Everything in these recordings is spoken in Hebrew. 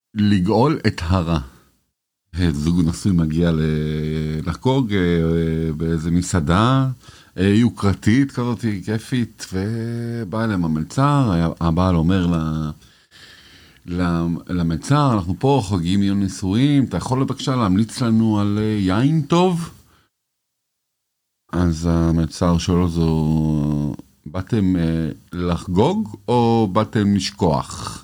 לגאול את הרע. זוג נשוי מגיע לחגוג באיזה מסעדה יוקרתית כזאת, כיפית, ובא אליהם המלצר, הבעל אומר למלצר, אנחנו פה חוגגים יום נישואים, אתה יכול בבקשה להמליץ לנו על יין טוב? אז המלצר שואל זו, באתם לחגוג או באתם לשכוח?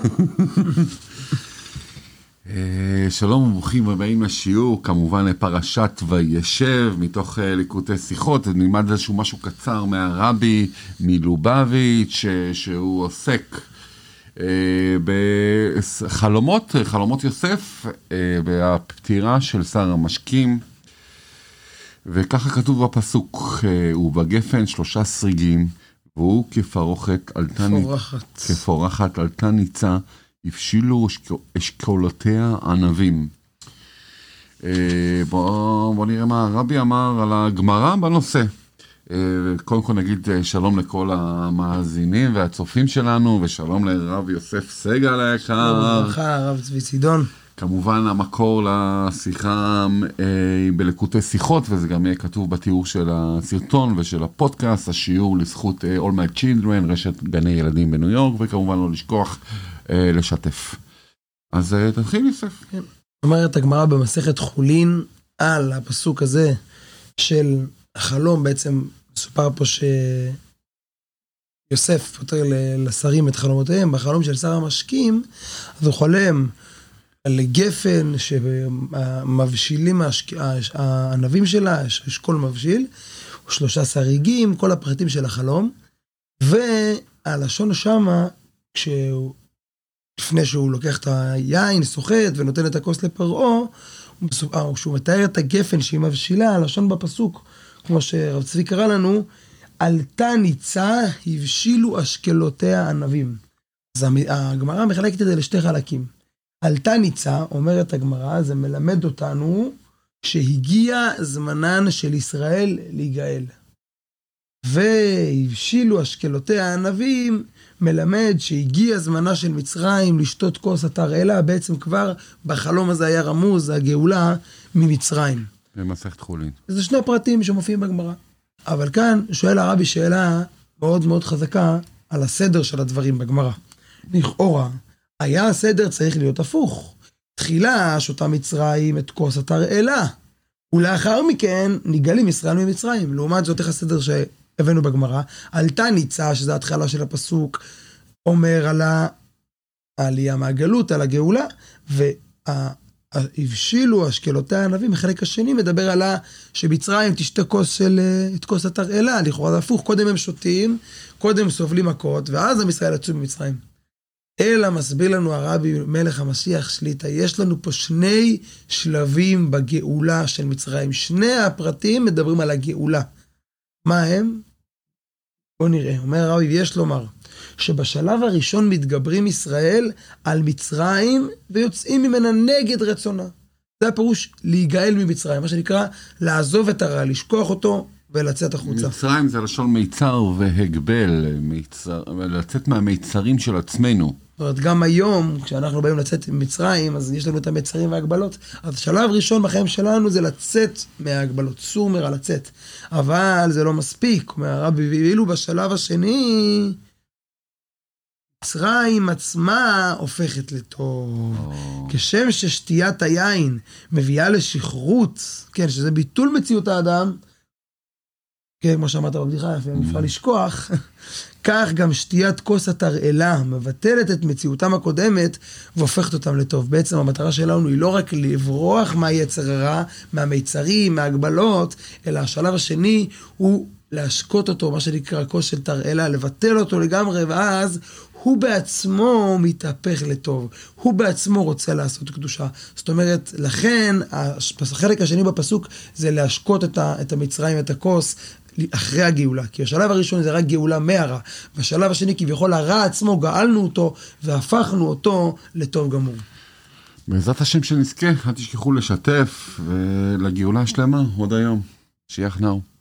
שלום וברוכים הבאים לשיעור, כמובן לפרשת וישב, מתוך ליקוטי שיחות, נלמד איזשהו משהו קצר מהרבי מלובביץ' שהוא עוסק בחלומות יוסף, בפטירה של שר המשקים, וככה כתוב בפסוק, ובגפן 3 שריגים, והוא כפורחת עלתה ניצה, הפשילו אשכולותיה ענבים. בוא נראה מה הרבי אמר על הגמרא בנושא. קודם כל נגיד שלום לכל המאזינים והצופים שלנו, ושלום לרב יוסף סגל היקר. שלום וברכה, הרב צבי צידון. כמובן המקור לשיחה בליקוטי שיחות, וזה גם יהיה כתוב בתיאור של הסרטון ושל הפודקאסט, השיעור לזכות All My Children, רשת גני ילדים בניו יורק, וכמובן לא לשכוח לשתף. אז תתחיל יוסף. כן. אומרת הגמרא במסכת חולין על הפסוק הזה של החלום, בעצם מסופר פה שיוסף פותר לשרים את חלומותיהם, בחלום של שר המשקים, אז הוא חולם על גפן שמבשילים הענבים שלה, יש כל מבשיל, 3 שריגים, כל הפרטים של החלום, והלשון שמה, לפני שהוא לוקח את היין, סוחט ונותן את הכוס לפרעה, כשהוא מתאר את הגפן שהיא מבשילה, הלשון בפסוק, כמו שרב צבי קרא לנו, עלתה ניצה, הבשילו אשכלותיה ענבים. אז הגמרא מחלקת את זה לשתי חלקים. עלתה ניצה, אומרת הגמרא, זה מלמד אותנו שהגיע זמנן של ישראל להיגאל. והבשילו אשכלותיה הענבים, מלמד שהגיע זמנה של מצרים לשתות כוס התרעלה, בעצם כבר בחלום הזה היה רמוז, הגאולה ממצרים. במסכת חולין. זה 2 פרטים שמופיעים בגמרא. אבל כאן שואל הרבי שאלה מאוד מאוד חזקה על הסדר של הדברים בגמרא. לכאורה, היה הסדר צריך להיות הפוך. תחילה שותה מצרים את כוס התרעלה, ולאחר מכן נגאלים ישראל ממצרים. לעומת זאת, איך הסדר שהבאנו בגמרא, עלתה ניצה, שזה התחלה של הפסוק, אומר על העלייה מהגלות, על הגאולה, והבשילו אשכלותיה הענבים, החלק השני מדבר על שמצרים תשתה את כוס התרעלה, לכאורה זה הפוך, קודם הם שותים, קודם סובלים מכות, ואז עם ישראל יצאו ממצרים. אלא מסביר לנו הרבי מלך המשיח שליטה, יש לנו פה 2 שלבים בגאולה של מצרים, 2 הפרטים מדברים על הגאולה. מה הם? בוא נראה, אומר הרבי, יש לומר, שבשלב הראשון מתגברים ישראל על מצרים, ויוצאים ממנה נגד רצונה. זה הפירוש להיגאל ממצרים, מה שנקרא לעזוב את הרע, לשכוח אותו ולצאת החוצה. מצרים זה לשון מיצר והגבל, לצאת מהמיצרים של עצמנו. זאת אומרת, גם היום, כשאנחנו באים לצאת ממצרים, אז יש לנו את המיצרים וההגבלות. אז השלב ראשון בחיים שלנו זה לצאת מההגבלות, סור מרע לצאת. אבל זה לא מספיק, אומר הרבי, ואילו בשלב השני, מצרים עצמה הופכת לטוב. כשם ששתיית היין מביאה לשחרות, כן, שזה ביטול מציאות האדם, כן, כמו שאמרת בבדיחה, אפשר לשכוח, כך גם שתיית כוס התרעלה מבטלת את מציאותם הקודמת והופכת אותם לטוב. בעצם המטרה שלנו היא לא רק לברוח מהיצר הרע, מהמיצרים, מההגבלות, אלא השלב השני הוא להשקות אותו, מה שנקרא כוס של תרעלה, לבטל אותו לגמרי, ואז הוא בעצמו מתהפך לטוב. הוא בעצמו רוצה לעשות קדושה. זאת אומרת, לכן, החלק השני בפסוק זה להשקות את המצרים, את הכוס, אחרי הגאולה, כי השלב הראשון זה רק גאולה מהרע, והשלב השני כביכול הרע עצמו, גאלנו אותו והפכנו אותו לטוב גמור. בעזרת השם שנזכה, אל תשכחו לשתף ולגאולה השלמה עוד היום. שיח נאו.